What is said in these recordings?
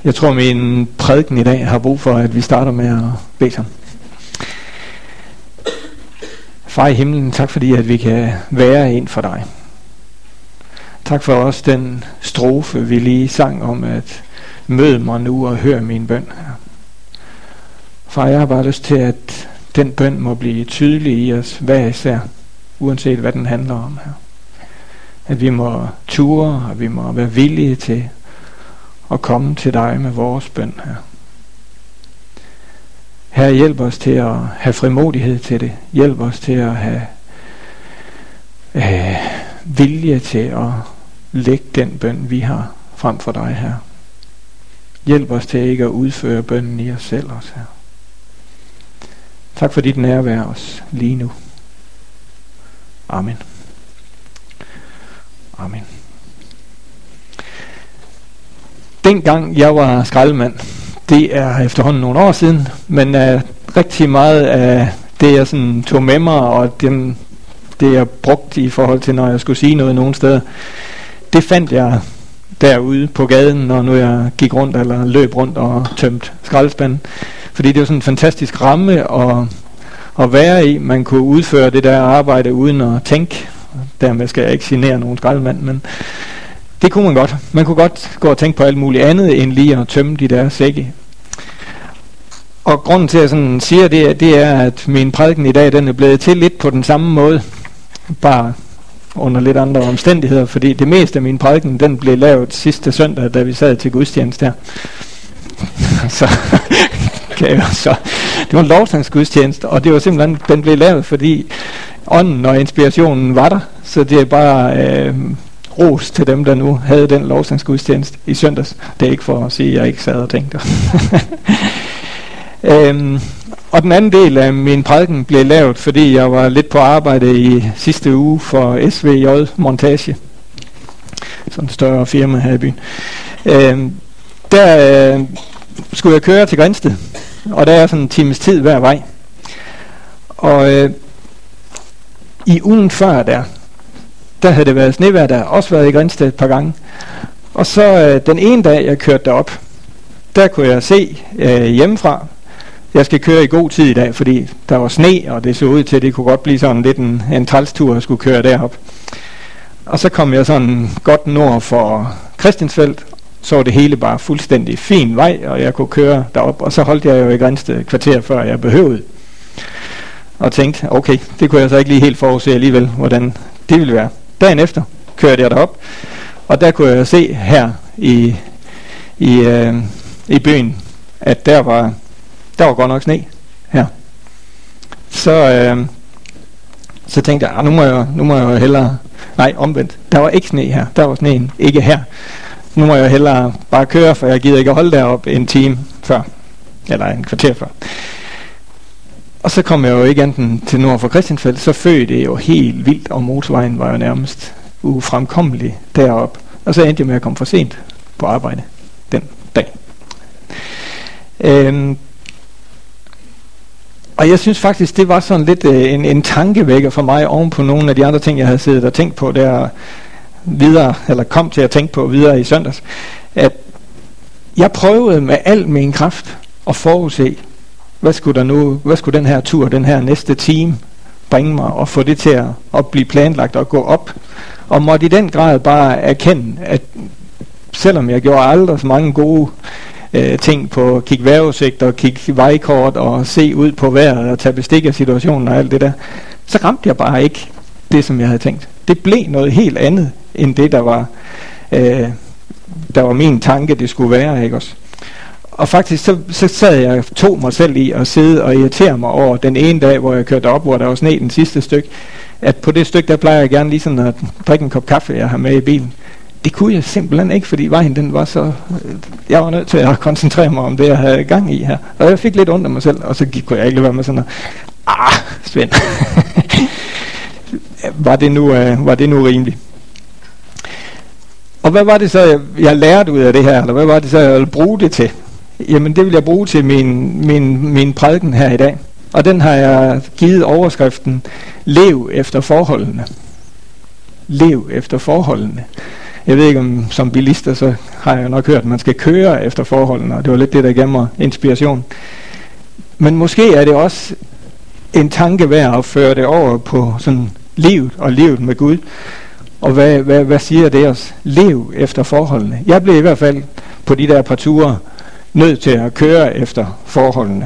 Jeg tror, min prædiken i dag har brug for, at vi starter med at bede sammen. Far i himlen, tak fordi, at vi kan være en for dig. Tak for også den strofe, vi lige sang om, at mød mig nu og hør min bøn her. Far, jeg har bare lyst til, at den bøn må blive tydelig i os hver især, uanset hvad den handler om her. At vi må ture, og vi må være villige til at komme til dig med vores bøn her. Herre, hjælp os til at have frimodighed til det. Hjælp os til at have vilje til at lægge den bøn, vi har frem for dig her. Hjælp os til ikke at udføre bønnen i os selv også her. Tak for dit nærvær os lige nu. Amen. Amen. Dengang jeg var skraldemand, det er efterhånden nogle år siden, men rigtig meget af det jeg sådan tog med mig, og det jeg brugte i forhold til, når jeg skulle sige noget nogen steder, det fandt jeg derude på gaden, når nu jeg gik rundt eller løb rundt og tømte skraldespanden. Fordi det var sådan en fantastisk ramme at være i. Man kunne udføre det der arbejde uden at tænke. Dermed skal jeg ikke genere nogen skraldemand, men det kunne man godt. Man kunne godt gå og tænke på alt muligt andet, end lige at tømme de der sække. Og grunden til, at jeg sådan siger det er, at min prædiken i dag, den er blevet til lidt på den samme måde. Bare under lidt andre omstændigheder, fordi det meste af min prædiken, den blev lavet sidste søndag, da vi sad til gudstjeneste der. Så det var en lovsangsgudstjeneste, og det var simpelthen, den blev lavet, fordi ånden og inspirationen var der, så det er bare ros til dem, der nu havde den lovsangsgudstjeneste i søndags. Det er ikke for at sige, at jeg ikke sad og tænkte. Og den anden del af min prædiken blev lavet, fordi jeg var lidt på arbejde i sidste uge for SVJ Montage, sådan et større firma her i byen. Der skulle jeg køre til Grindsted, og der er sådan en times tid hver vej. Og i ugen før der havde det været snevejr, der også været i Grindsted et par gange. Og så den ene dag, jeg kørte derop, der kunne jeg se hjemmefra, jeg skal køre i god tid i dag, fordi der var sne, og det så ud til, at det kunne godt blive sådan lidt en trælstur, at skulle køre derop. Og så kom jeg sådan godt nord for Christiansfeld, så var det hele bare fuldstændig fin vej, og jeg kunne køre derop, og så holdt jeg jo i Grindsted et kvarter, før jeg behøvede. Og tænkte, okay, det kunne jeg så ikke lige helt forudse alligevel, hvordan det ville være. Dagen efter kørte jeg derop, og der kunne jeg se her i byen, at der var godt nok sne her. Så tænkte jeg, nu må jeg jo hellere, nej, omvendt, der var ikke sne her, der var sneen ikke her. Nu må jeg hellere bare køre, for jeg gider ikke at holde deroppe en time før, eller en kvarter før. Og så kom jeg jo ikke enten til nord for Christiansfeld, så føg det jo helt vildt, og motorvejen var jo nærmest ufremkommelig deroppe. Og så endte jeg med at komme for sent på arbejde den dag. Og jeg synes faktisk, det var sådan lidt en tankevækker for mig oven på nogle af de andre ting, jeg havde siddet og tænkt på der videre, eller kom til at tænke på videre i søndags, at jeg prøvede med al min kraft at forudse, hvad skulle den her tur, den her næste time bringe mig, og få det til at blive planlagt og gå op. Og måtte i den grad bare erkende, at selvom jeg gjorde aldrig så mange gode ting på at kigge vejrudsigt og kigge vejkort og se ud på vejret og tage bestik af situationen og alt det der, så ramte jeg bare ikke det, som jeg havde tænkt. Det blev noget helt andet, end det, der var min tanke, det skulle være, ikke også? Og faktisk så sad jeg, tog mig selv i at sidde og irritere mig over den ene dag, hvor jeg kørte op, hvor der var sne den sidste stykke, at på det stykke, der plejer jeg gerne lige sådan at drikke en kop kaffe, jeg har med i bilen. Det kunne jeg simpelthen ikke, fordi vejen den var så... Jeg var nødt til at koncentrere mig om det, jeg havde gang i her. Og jeg fik lidt ondt af mig selv, og så kunne jeg ikke være med sådan at... Svend. Var det nu rimeligt? Og hvad var det så, jeg lærte ud af det her? Eller hvad var det så, jeg ville bruge det til? Jamen, det vil jeg bruge til min prædiken her i dag. Og den har jeg givet overskriften: Lev efter forholdene. Lev efter forholdene. Jeg ved ikke om som bilister, så har jeg nok hørt, at man skal køre efter forholdene, og det var lidt det, der gav mig inspiration. Men måske er det også en tanke værd at føre det over på sådan livet og livet med Gud. Og hvad siger det os? Lev efter forholdene. Jeg blev i hvert fald på de der par ture nødt til at køre efter forholdene.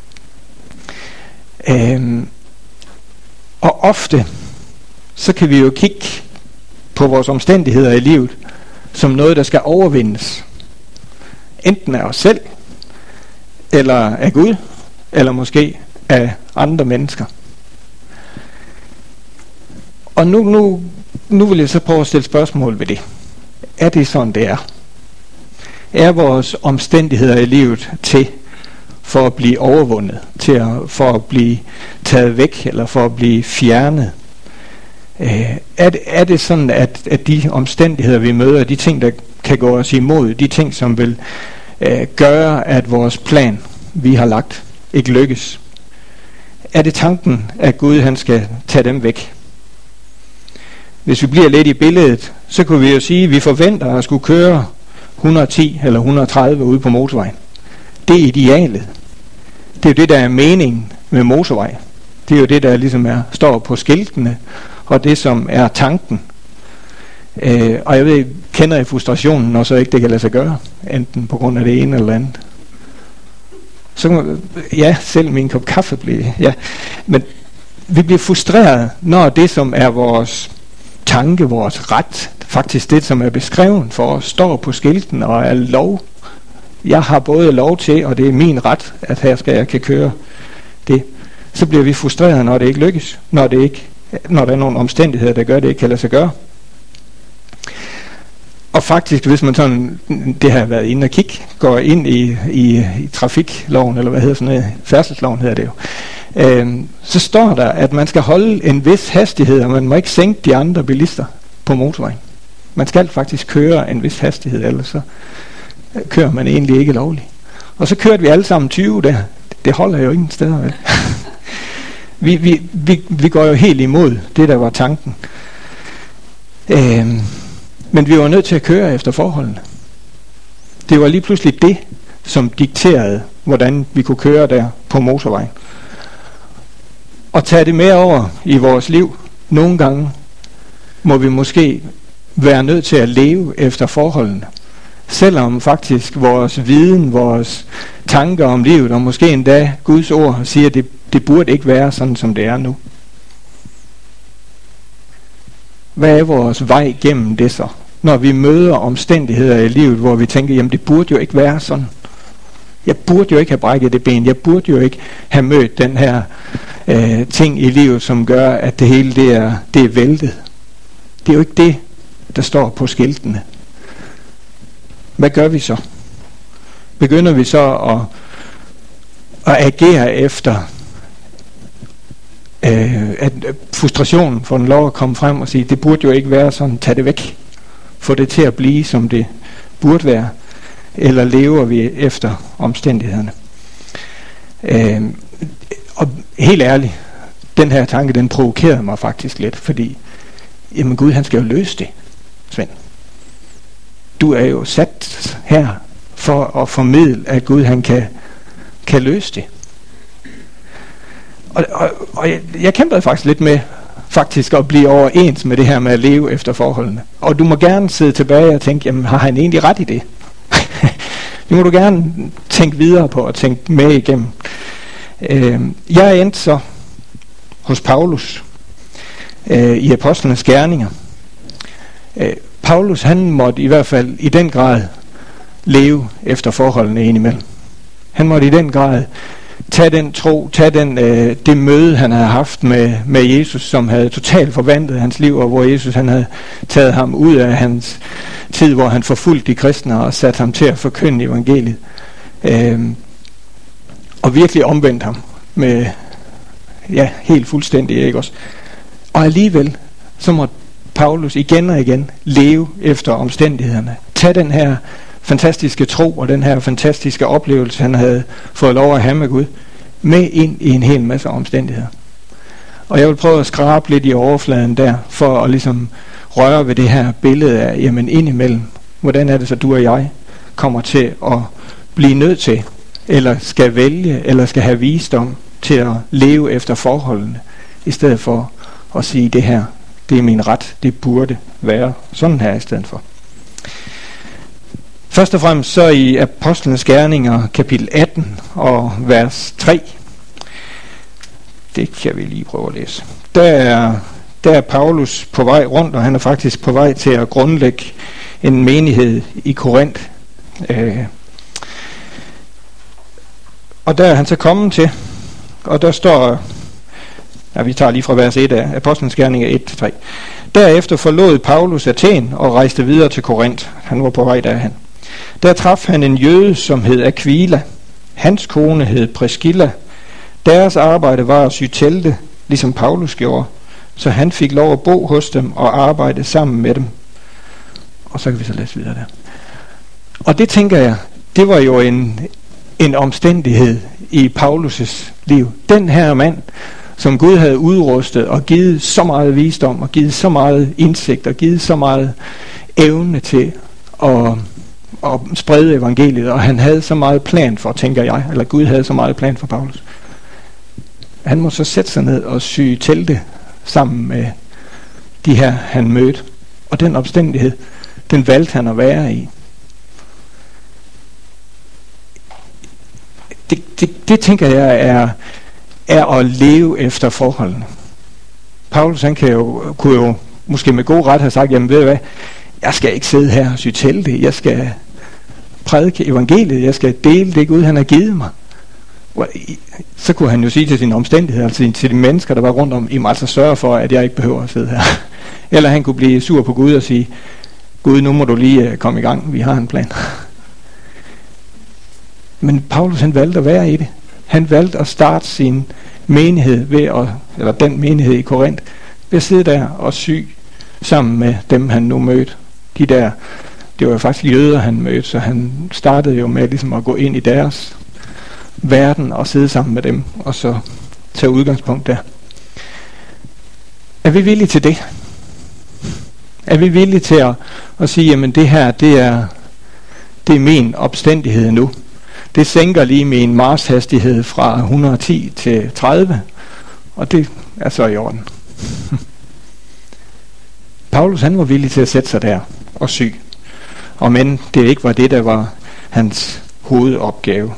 Og ofte så kan vi jo kigge på vores omstændigheder i livet som noget, der skal overvindes. Enten af os selv, eller af Gud, eller måske af andre mennesker. Og nu vil jeg så prøve at stille spørgsmål ved det. Er det sådan, det er? Er vores omstændigheder i livet til for at blive overvundet, for at blive taget væk, eller for at blive fjernet? Er det sådan, at de omstændigheder, vi møder, de ting, der kan gå os imod, de ting, som vil gøre, at vores plan, vi har lagt, ikke lykkes? Er det tanken, at Gud han skal tage dem væk? Hvis vi bliver lidt i billedet, så kunne vi jo sige, at vi forventer at skulle køre 110 eller 130 ude på motorvejen. Det er idealet. Det er jo det, der er meningen med motorvej. Det er jo det, der ligesom står på skiltene, og det, som er tanken. Og jeg ved, kender I frustrationen, når så ikke det kan lade sig gøre, enten på grund af det ene eller andet? Så ja, selv min kop kaffe bliver, ja. Men vi bliver frustreret, når det, som er vores tanke, vores ret, faktisk det, som er beskrevet for os, står på skilten og er lov. Jeg har både lov til, og det er min ret, at her skal jeg kan køre det. Så bliver vi frustreret, når det ikke lykkes, når der er nogle omstændigheder, der gør, at det ikke kan lade sig gøre. Og faktisk, hvis man sådan, det har været inde og kigge, går ind i trafikloven, eller hvad hedder sådan noget, færdselsloven hedder det jo, så står der, at man skal holde en vis hastighed, og man må ikke sænke de andre bilister på motorvejen. Man skal faktisk køre en vis hastighed, ellers så kører man egentlig ikke lovligt. Og så kørte vi alle sammen 20 der. Det holder jo ingen steder, vel? vi går jo helt imod det, der var tanken. Men vi var nødt til at køre efter forholdene. Det var lige pludselig det, som dikterede, hvordan vi kunne køre der på motorvejen. Og tage det med over i vores liv. Nogle gange må vi måske være nødt til at leve efter forholdene. Selvom faktisk vores viden, vores tanker om livet, og måske endda Guds ord, siger, at det burde ikke være sådan, som det er nu. Hvad er vores vej gennem det så? Når vi møder omstændigheder i livet, hvor vi tænker, jamen det burde jo ikke være sådan. Jeg burde jo ikke have brækket det ben. Jeg burde jo ikke have mødt den her ting i livet, som gør, at det hele det er væltet. Det er jo ikke det, der står på skiltene. Hvad gør vi så? Begynder vi så at agere efter, at frustrationen får den lov at komme frem og sige, det burde jo ikke være sådan, tag det væk. Få det til at blive, som det burde være. Eller lever vi efter omstændighederne? Og helt ærligt, den her tanke, den provokerede mig faktisk lidt, fordi, jamen Gud, han skal jo løse det, Svend. Du er jo sat her for at formidle, at Gud, han kan løse det. Og jeg kæmpede faktisk lidt med faktisk at blive overens med det her med at leve efter forholdene. Og du må gerne sidde tilbage og tænke, jamen har han egentlig ret i det? Det må du gerne tænke videre på og tænke med igennem. Jeg er endt så hos Paulus i Apostlenes Gerninger. Paulus, han måtte i hvert fald i den grad leve efter forholdene indimellem. Han måtte i den grad tage den tro, tage det møde, han havde haft med Jesus, som havde totalt forvandlet hans liv, og hvor Jesus han havde taget ham ud af hans tid, hvor han forfulgte de kristne og sat ham til at forkynde evangeliet. Og virkelig omvendt ham med, ja, helt fuldstændig, ikke også? Og alligevel, så måtte Paulus igen og igen leve efter omstændighederne. Tag den her fantastiske tro og den her fantastiske oplevelse, han havde fået lov at have med Gud, med ind i en hel masse omstændigheder. Og jeg vil prøve at skrabe lidt i overfladen der, for at ligesom røre ved det her billede af, jamen indimellem, hvordan er det så du og jeg kommer til at blive nødt til, eller skal vælge, eller skal have visdom til at leve efter forholdene, i stedet for at sige det her, det er min ret, det burde være sådan her i stedet for. Først og fremmest så i Apostlenes Gerninger kapitel 18 og vers 3. Det kan vi lige prøve at læse. Der er Paulus på vej rundt, og han er faktisk på vej til at grundlægge en menighed i Korinth. Og der er han så kommet til, og der står, vi tager lige fra vers 1 af Apostlenes Gerninger 1-3. Derefter forlod Paulus Athen og rejste videre til Korinth. Han var på vej derhen. Der traf han en jøde, som hed Aquila. Hans kone hed Priscilla. Deres arbejde var at sy telte, ligesom Paulus gjorde, så han fik lov at bo hos dem og arbejde sammen med dem. Og så kan vi så læse videre der. Og det tænker jeg, det var jo en omstændighed i Paulus' liv. Den her mand, som Gud havde udrustet og givet så meget visdom og givet så meget indsigt og givet så meget evne til at sprede evangeliet, og han havde så meget plan for, tænker jeg, eller Gud havde så meget plan for Paulus. Han må så sætte sig ned og sy telte sammen med de her, han mødte. Og den omstændighed, den valgte han at være i. Det tænker jeg er at leve efter forholdene. Paulus han kunne jo måske med god ret have sagt, jamen ved du hvad, jeg skal ikke sidde her og sy telte, jeg skal prædike evangeliet, jeg skal dele det Gud han har givet mig. Så kunne han jo sige til sine omstændigheder, altså til de mennesker der var rundt om, I må altså sørge for at jeg ikke behøver at sidde her. Eller han kunne blive sur på Gud og sige, Gud nu må du lige komme i gang, vi har en plan. Men Paulus han valgte at være i det. Han valgte at starte sin menighed eller den menighed i Korinth, ved at sidde der og sy sammen med dem han nu mødte. Det var jo faktisk jøder han mødte, så han startede jo med ligesom at gå ind i deres verden og sidde sammen med dem, og så tage udgangspunkt der. Er vi villige til det? Er vi villige til at sige, jamen det her, det er min omstændighed nu. Det sænker lige min marchhastighed fra 110 til 30, og det er så i orden. Paulus han var villig til at sætte sig der og sy, og men det ikke var det, der var hans hovedopgave.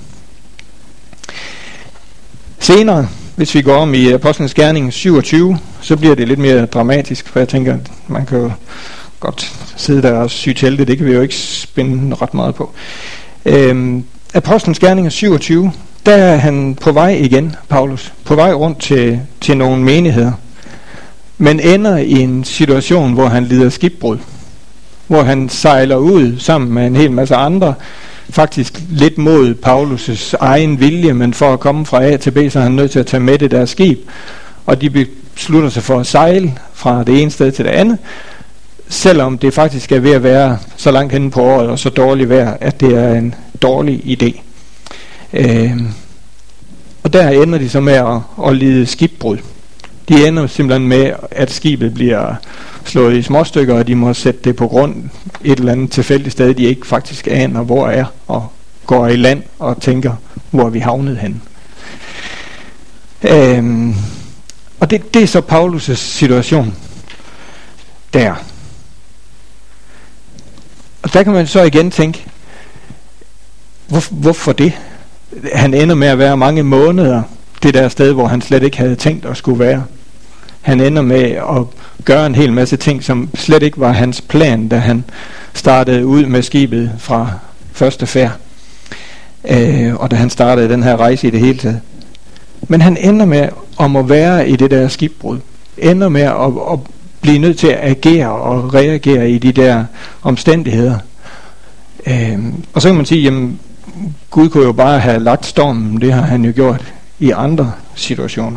Senere, hvis vi går om i Apostlenes Gerning 27, så bliver det lidt mere dramatisk, for jeg tænker, at man kan jo godt sidde der og sy telte, det kan vi jo ikke spænde ret meget på. Apostlenes Gerning 27, der er han på vej igen, Paulus, på vej rundt til nogle menigheder, men ender i en situation, hvor han lider skibbrud, hvor han sejler ud sammen med en hel masse andre, faktisk lidt mod Paulus' egen vilje, men for at komme fra A til B, så er han nødt til at tage med det der skib, og de beslutter sig for at sejle fra det ene sted til det andet, selvom det faktisk er ved at være så langt henne på året og så dårligt vejr, at det er en dårlig idé. Og der ender de så med at lide skibbrud. De ender simpelthen med, at skibet bliver slået i småstykker, og de må sætte det på grund et eller andet tilfældigt sted, de ikke faktisk aner, hvor er, og går i land og tænker, hvor er vi havnet henne. Og det er så Paulus' situation der. Og der kan man så igen tænke, hvorfor det? Han ender med at være mange måneder det der sted, hvor han slet ikke havde tænkt at skulle være. Han ender med at gøre en hel masse ting, som slet ikke var hans plan, da han startede ud med skibet fra første færd. Og da han startede den her rejse i det hele taget. Men han ender med at være i det der skibbrud. Ender med at blive nødt til at agere og reagere i de der omstændigheder. Og så kan man sige, jamen Gud kunne jo bare have lagt stormen, det har han jo gjort i andre situationer.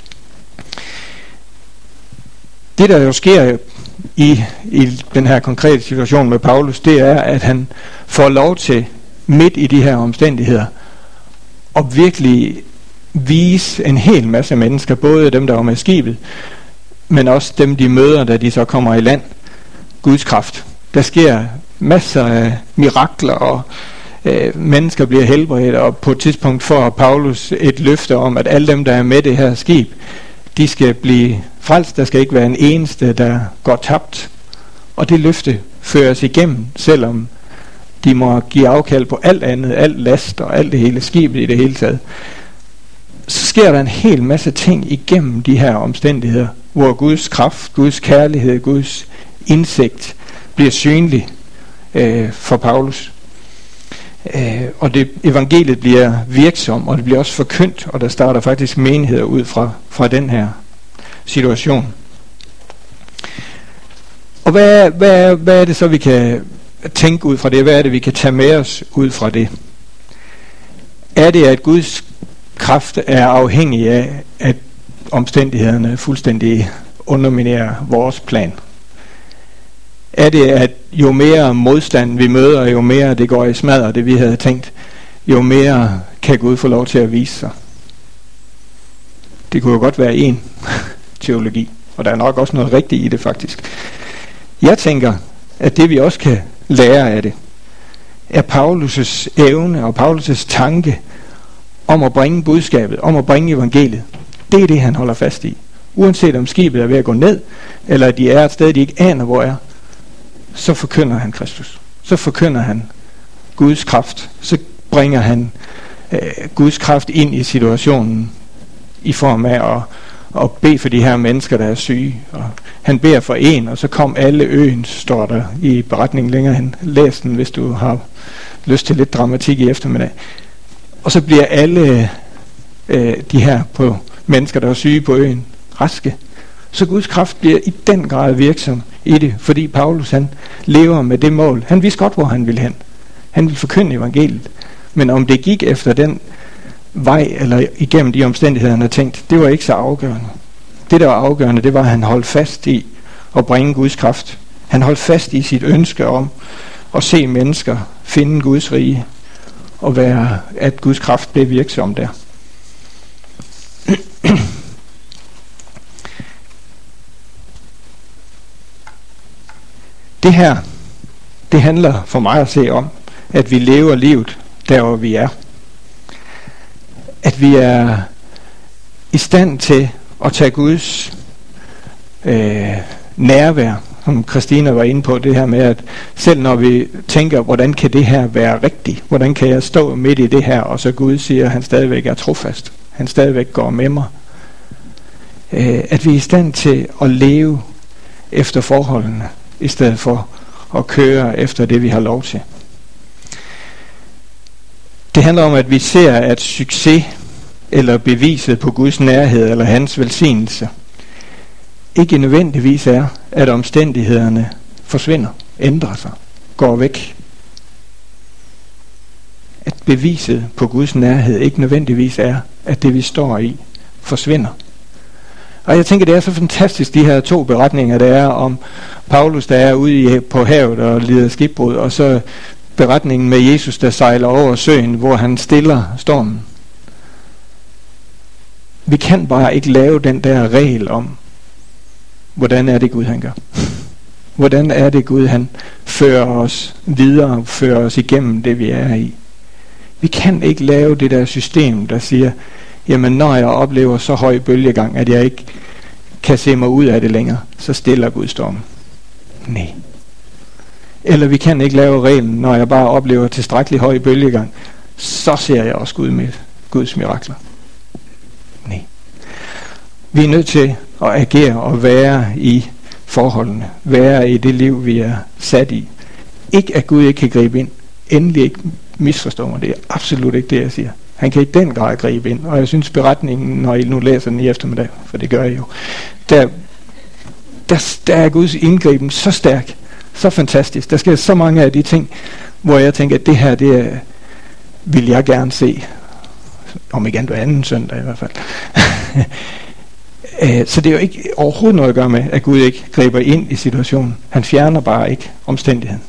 Det der jo sker i den her konkrete situation med Paulus, det er, at han får lov til midt i de her omstændigheder at virkelig vise en hel masse mennesker, både dem der var med skibet, men også dem de møder, da de så kommer i land, Guds kraft. Der sker masser af mirakler, og mennesker bliver helbredt, og på et tidspunkt får Paulus et løfte om, at alle dem, der er med det her skib, de skal blive frelst. Der skal ikke være en eneste, der går tabt. Og det løfte føres igennem, selvom de må give afkald på alt andet, alt last og alt det hele, skibet i det hele taget. Så sker der en hel masse ting igennem de her omstændigheder, hvor Guds kraft, Guds kærlighed, Guds indsigt bliver synlig for Paulus. Og evangeliet bliver virksom, og det bliver også forkyndt, og der starter faktisk menigheder ud fra den her situation. Og hvad er det så, vi kan tænke ud fra det? Hvad er det, vi kan tage med os ud fra det? Er det, at Guds kraft er afhængig af, at omstændighederne fuldstændig underminerer vores plan? Er det, at jo mere modstand vi møder, jo mere det går i smadret, det vi havde tænkt, jo mere kan Gud få lov til at vise sig? Det kunne jo godt være en teologi, og der er nok også noget rigtigt i det faktisk. Jeg tænker, at det vi også kan lære af det, er Paulus' evne og Paulus' tanke om at bringe budskabet, om at bringe evangeliet. Det er det, han holder fast i. Uanset om skibet er ved at gå ned, eller de er et sted, de ikke aner, hvor er, så forkynder han Kristus. Så forkynder han Guds kraft. Så bringer han Guds kraft ind i situationen i form af at bede for de her mennesker, der er syge. Og han beder for en, og så kom alle øen, står der i beretningen længere hen. Læs den, hvis du har lyst til lidt dramatik i eftermiddag. Og så bliver alle de her på mennesker, der er syge på øen, raske. Så Guds kraft bliver i den grad virksom i det, fordi Paulus han lever med det mål. Han vidste godt, hvor han ville hen. Han ville forkynde evangeliet. Men om det gik efter den vej, eller igennem de omstændigheder, han havde tænkt, det var ikke så afgørende. Det, der var afgørende, det var, at han holdt fast i at bringe Guds kraft. Han holdt fast i sit ønske om at se mennesker finde Guds rige, og at Guds kraft blev virksom der. Det her, det handler for mig at se om, at vi lever livet der, hvor vi er. At vi er i stand til at tage Guds nærvær, som Christina var inde på, det her med, at selv når vi tænker, hvordan kan det her være rigtigt? Hvordan kan jeg stå midt i det her? Og så Gud siger, at han stadigvæk er trofast. Han stadigvæk går med mig. At vi er i stand til at leve efter forholdene, i stedet for at køre efter det, vi har lov til. Det handler om, at vi ser, at succes eller beviset på Guds nærhed eller hans velsignelse ikke nødvendigvis er, at omstændighederne forsvinder, ændrer sig, går væk. At beviset på Guds nærhed ikke nødvendigvis er, at det vi står i forsvinder. Og jeg tænker, det er så fantastisk, de her 2 beretninger, der er om Paulus, der er ude på havet og lider skibbrud, og så beretningen med Jesus, der sejler over søen, hvor han stiller stormen. Vi kan bare ikke lave den der regel om, hvordan er det Gud, han gør. Hvordan er det Gud, han fører os videre, fører os igennem det, vi er i. Vi kan ikke lave det der system, der siger, jamen når jeg oplever så høj bølgegang, at jeg ikke kan se mig ud af det længere, så stiller Gud stormen. Nej. Eller vi kan ikke lave reglen, når jeg bare oplever tilstrækkelig høj bølgegang, så ser jeg også Gud med Guds mirakler. Nej. Vi er nødt til at agere og være i forholdene. Være i det liv, vi er sat i. Ikke at Gud ikke kan gribe ind. Endelig ikke misforstå mig. Det er absolut ikke det, jeg siger. Han kan i den grad gribe ind. Og jeg synes beretningen, når I nu læser den i eftermiddag, for det gør jeg jo, der er Guds indgriben så stærk, så fantastisk. Der sker så mange af de ting, hvor jeg tænker, at det her, det vil jeg gerne se. Om igen hver anden søndag i hvert fald. Så det er jo ikke overhovedet noget at gøre med, at Gud ikke griber ind i situationen. Han fjerner bare ikke omstændigheden.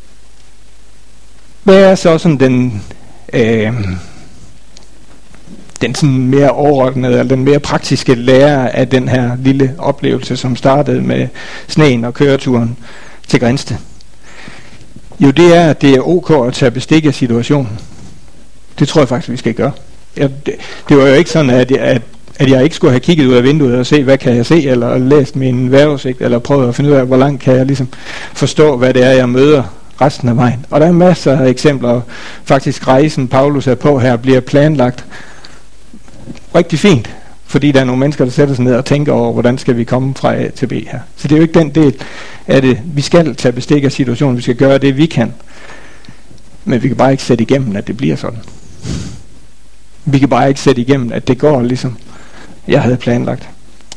Hvad er så sådan den sådan mere overordnede, eller den mere praktiske lære af den her lille oplevelse, som startede med sneen og køreturen til Grindsted? Jo, det er, at det er ok at tage bestik af situationen. Det tror jeg faktisk, vi skal gøre. Det var jo ikke sådan, at jeg ikke skulle have kigget ud af vinduet og se, hvad kan jeg se, eller læst min vejrudsigt, eller prøvet at finde ud af, hvor langt kan jeg ligesom forstå, hvad det er, jeg møder resten af vejen. Og der er masser af eksempler. Faktisk rejsen, Paulus er på her, bliver planlagt rigtig fint, fordi der er nogle mennesker, der sætter sig ned og tænker over, hvordan skal vi komme fra A til B her. Så det er jo ikke den del af det. Vi skal tage bestik af situationen, vi skal gøre det, vi kan. Men vi kan bare ikke sætte igennem, at det bliver sådan. Vi kan bare ikke sætte igennem, at det går ligesom jeg havde planlagt.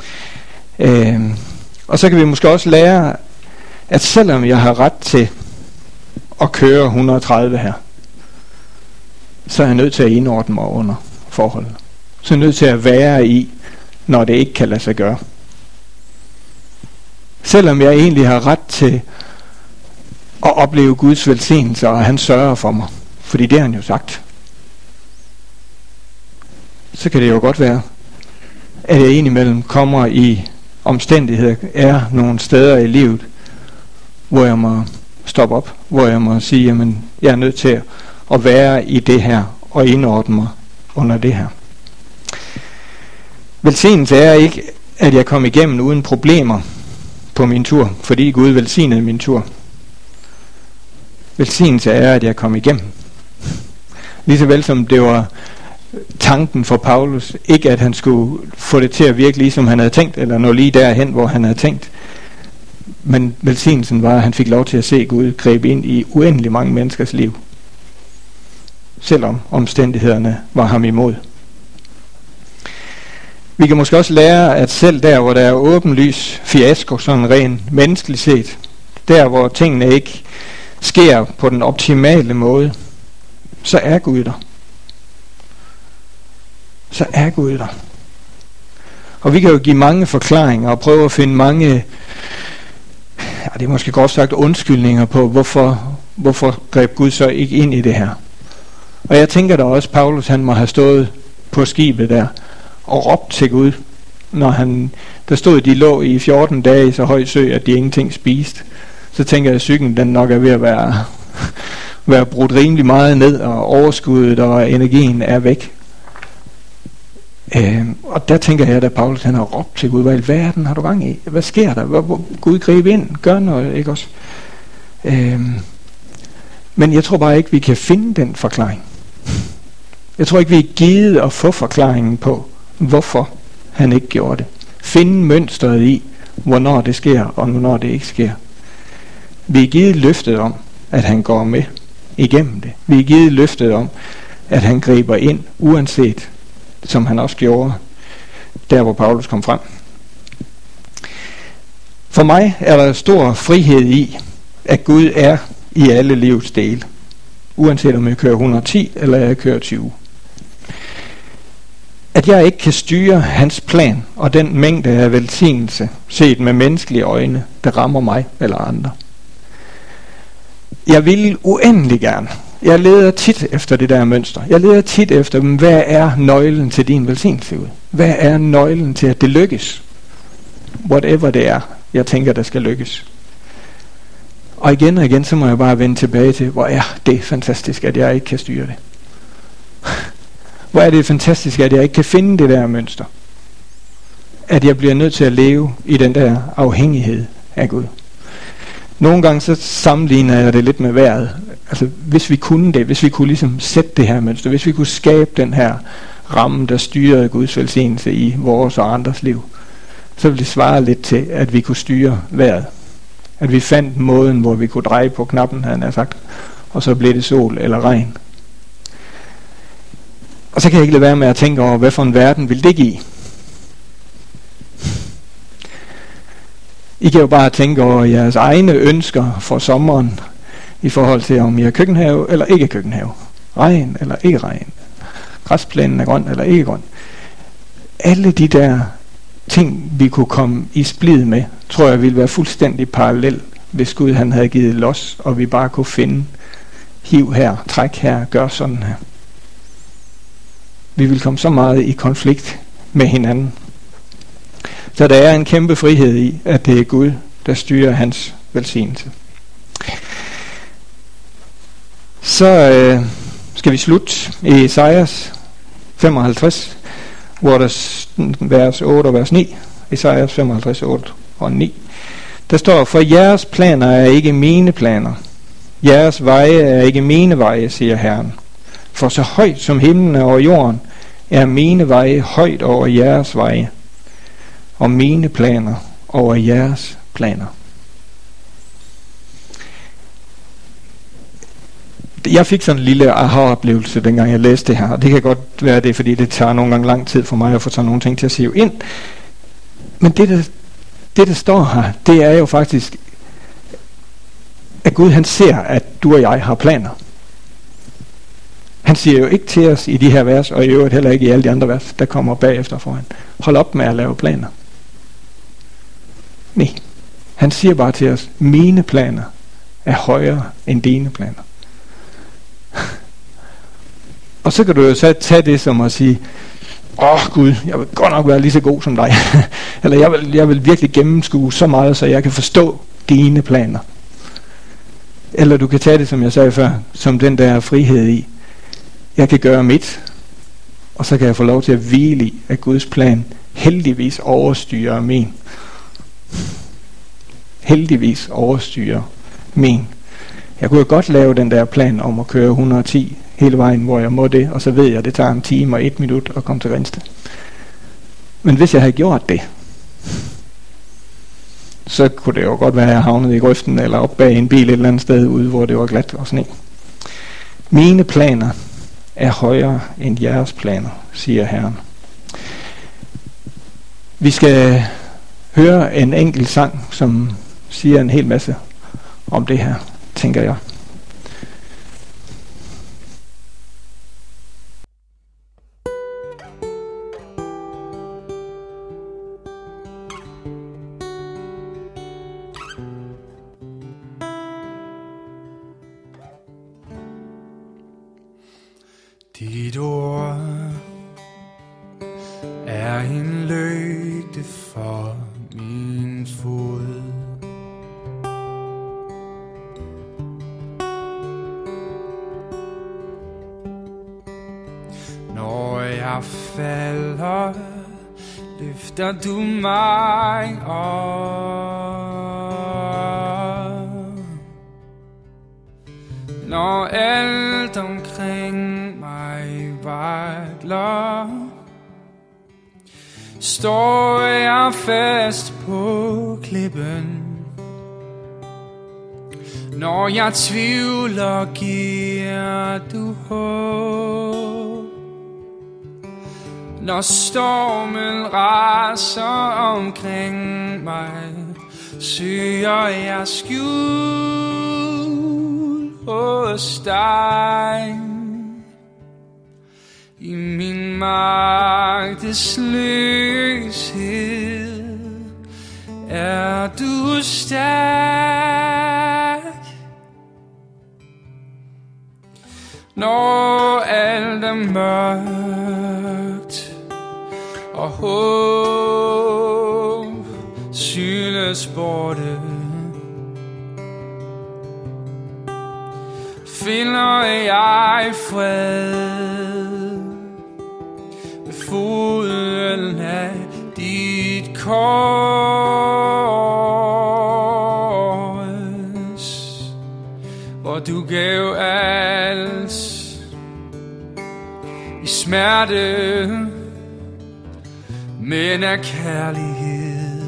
Og så kan vi måske også lære, at selvom jeg har ret til at køre 130 her, så er jeg nødt til at indordne mig under forholdene. Så er jeg nødt til at være i, når det ikke kan lade sig gøre. Selvom jeg egentlig har ret til at opleve Guds velsignelse, og han sørger for mig, fordi det har han jo sagt, så kan det jo godt være, at jeg indimellem kommer i omstændigheder, er nogle steder i livet, hvor jeg må stoppe op, hvor jeg må sige, jamen, jeg er nødt til at være i det her, og indordne mig under det her. Velsignelse er ikke, at jeg kom igennem uden problemer på min tur, fordi Gud velsignede min tur. Velsignelse er, at jeg kom igennem. Ligeså vel som det var tanken for Paulus, ikke at han skulle få det til at virke ligesom han havde tænkt, eller nå lige derhen, hvor han havde tænkt. Men velsignelsen var, at han fik lov til at se Gud gribe ind i uendelig mange menneskers liv. Selvom omstændighederne var ham imod. Vi kan måske også lære, at selv der, hvor der er åbenlys fiasko, sådan rent menneskeligt set, der hvor tingene ikke sker på den optimale måde, så er Gud der. Så er Gud der. Og vi kan jo give mange forklaringer og prøve at finde mange, det er måske godt sagt, undskyldninger på, hvorfor greb Gud så ikke ind i det her. Og jeg tænker da også, Paulus han må have stået på skibet der og råbt til Gud, når der stod, de lå i 14 dage i så høj sø, at de ingenting spiste. Så tænker jeg, at cyklen den nok er ved at være brudt rimelig meget ned, og overskuddet og energien er væk. Og der tænker jeg, at Paulus han har råbt til Gud, hvad i verden har du gang i? Hvad sker der? Gud greb ind, gør noget, ikke også? Men jeg tror bare ikke, vi kan finde den forklaring. Jeg tror ikke, vi er givet at få forklaringen på, hvorfor han ikke gjorde det. Finde mønstret i, hvornår det sker, og hvornår det ikke sker. Vi er givet løftet om, at han går med igennem det. Vi er givet løftet om, at han griber ind, uanset, som han også gjorde, der hvor Paulus kom frem. For mig er der stor frihed i, at Gud er i alle livets dele. Uanset om jeg kører 110 eller jeg kører 20. At jeg ikke kan styre hans plan og den mængde af velsignelse, set med menneskelige øjne, der rammer mig eller andre. Jeg vil uendelig gerne. Jeg leder tit efter det der mønster. Jeg leder tit efter, hvad er nøglen til din velsignelse? Hvad er nøglen til, at det lykkes? Whatever det er, jeg tænker, der skal lykkes. Og igen, så må jeg bare vende tilbage til, hvor er det fantastisk, at jeg ikke kan styre det. Hvor er det fantastisk, at jeg ikke kan finde det der mønster. At jeg bliver nødt til at leve i den der afhængighed af Gud. Nogle gange så sammenligner jeg det lidt med vejret. Altså hvis vi kunne det, hvis vi kunne ligesom sætte det her mønster, hvis vi kunne skabe den her ramme, der styrede Guds velsignelse i vores og andres liv, så ville det svare lidt til, at vi kunne styre vejret. At vi fandt måden, hvor vi kunne dreje på knappen, havde han sagt, og så blev det sol eller regn. Og så kan jeg ikke lade være med at tænke over, hvad for en verden vil det give? I kan jo bare tænke over jeres egne ønsker for sommeren, i forhold til om I har køkkenhave eller ikke køkkenhave. Regn eller ikke regn. Græsplænen er grøn eller ikke grøn. Alle de der ting, vi kunne komme i splid med, tror jeg ville være fuldstændig parallel, hvis Gud han havde givet los, og vi bare kunne finde, hiv her, træk her, gør sådan her. Vi vil komme så meget i konflikt med hinanden. Så der er en kæmpe frihed i, at det er Gud, der styrer hans velsignelse. Så skal vi slutte i Esajas 55, hvor der vers 8 og vers 9. Esajas 55, 8 og 9. Der står, for jeres planer er ikke mine planer. Jeres veje er ikke mine veje, siger Herren. For så højt som himlen er over jorden, er mine veje højt over jeres veje, og mine planer over jeres planer. Jeg fik sådan en lille aha-oplevelse, dengang jeg læste det her, og det kan godt være det, fordi det tager nogle gange lang tid for mig at få sådan nogle ting til at sive ind. Men det der står her, det er jo faktisk, at Gud han ser, at du og jeg har planer. Han siger jo ikke til os i de her vers, og i øvrigt heller ikke i alle de andre vers, der kommer bagefter foran. Hold op med at lave planer. Nej, han siger bare til os, mine planer er højere end dine planer. Og så kan du jo så tage det som at sige, Gud, jeg vil godt nok være lige så god som dig. Eller jeg vil virkelig gennemskue så meget, så jeg kan forstå dine planer. Eller du kan tage det, som jeg sagde før, som den der frihed i, jeg kan gøre mit, og så kan jeg få lov til at hvile i, at Guds plan heldigvis overstyrer min. Heldigvis overstyrer min. Jeg kunne jo godt lave den der plan om at køre 110 hele vejen, hvor jeg må det, og så ved jeg, at det tager en time og 1 minut at komme til Grindsted. Men hvis jeg havde gjort det, så kunne det jo godt være, at jeg havnede i grøften, eller op bag en bil et eller andet sted ude, hvor det var glat og sne. Mine planer er højere end jeres planer, siger Herren. Vi skal høre en enkelt sang, som siger en hel masse om det her, tænker jeg. Dit ord er en lygte for min fod. Når jeg falder, løfter du mig op. Når alt omkring mig vakler, står jeg fast på klippen. Når jeg tvivler, giver du håb. Når stormen raser omkring mig, søger jeg skjul hos dig. I min magtesløshed er du stærk. Når alt er mørkt og håb synes borte, finder jeg fred ved foden af dit kors, hvor du gav alt i smerte, men af kærlighed.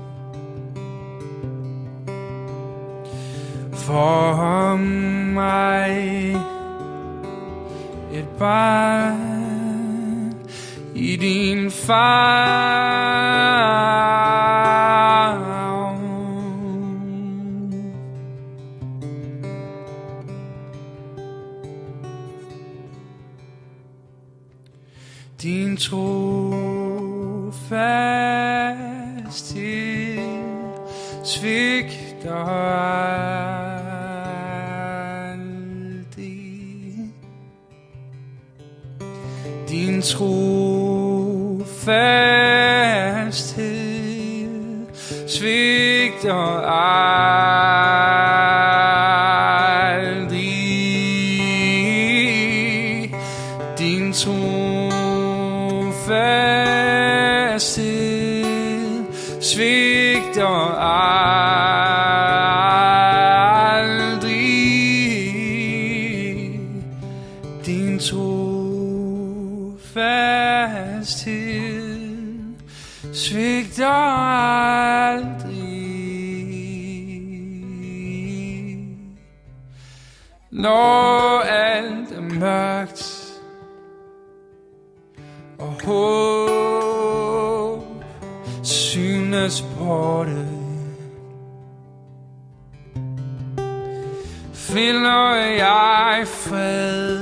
For mig et barn i din favn. Din trofasthed svigter aldrig. din trofasthed svigter aldrig. Din trofasthed svigter aldrig. Din trofasthed svigter aldrig. Når alt er mørkt og håb synes borte, finder jeg fred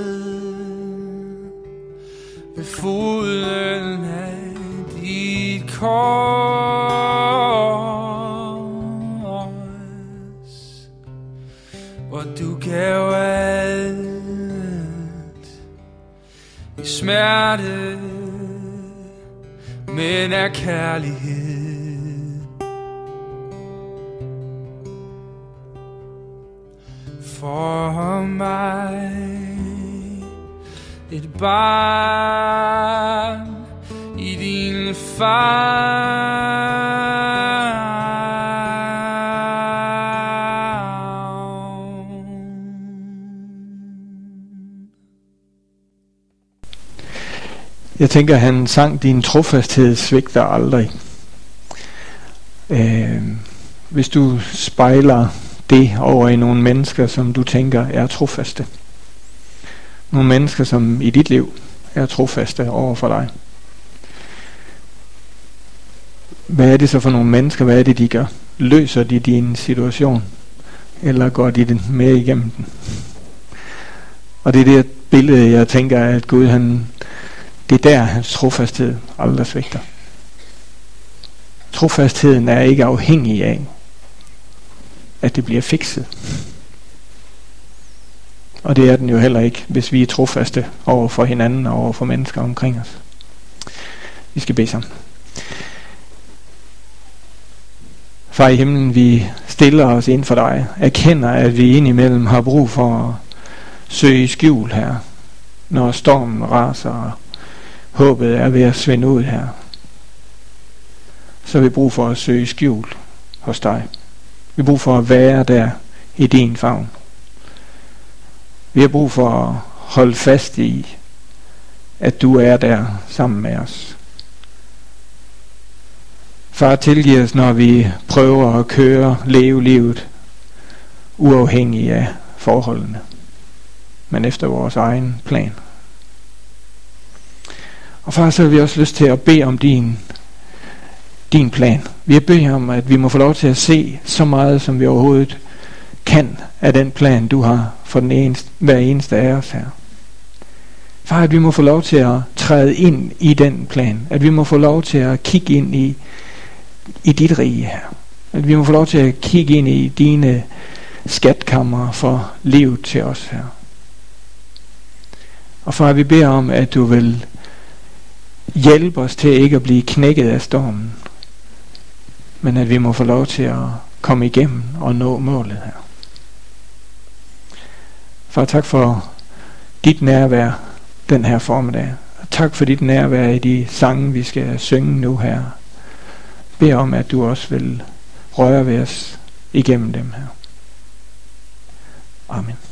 ved foden af dit kors, hvor du gav alt i smerte, men af kærlighed. For mig et barn i din favn. Jeg tænker, han sang din trofasthed svigter aldrig. Hvis du spejler det over i nogle mennesker, som du tænker er trofaste. Nogle mennesker, som i dit liv er trofaste over for dig. Hvad er det så for nogle mennesker? Hvad er det, de gør? Løser de din situation? Eller går de den med igennem den? Og det er det billede, jeg tænker, at Gud, det er der, hans trofasthed aldrig svigter. Trofastheden er ikke afhængig af, at det bliver fikset. Og det er den jo heller ikke, hvis vi er trofaste over for hinanden og over for mennesker omkring os. Vi skal bede sammen. Far i himlen, vi stiller os ind for dig, erkender, at vi indimellem har brug for at søge skjul her, når stormen raser og håbet er ved at svinde ud her. Så har vi brug for at søge skjul hos dig. Vi har brug for at være der i din favn. Vi har brug for at holde fast i, at du er der sammen med os. Far, tilgiv os, når vi prøver at leve livet uafhængig af forholdene, men efter vores egen plan. Og far, så har vi også lyst til at bede om din plan. Vi har bedt om, at vi må få lov til at se så meget, som vi overhovedet kan af den plan, du har for hver eneste af os her. Far, at vi må få lov til at træde ind i den plan. At vi må få lov til at kigge ind i dit rige her. At vi må få lov til at kigge ind i dine skatkammer for livet til os her. Og far, vi beder om, at du vil hjælpe os til ikke at blive knækket af stormen, men at vi må få lov til at komme igennem og nå målet her. Far, tak for dit nærvær den her formiddag. Og tak for dit nærvær i de sange, vi skal synge nu her. Bed om, at du også vil røre ved os igennem dem her. Amen.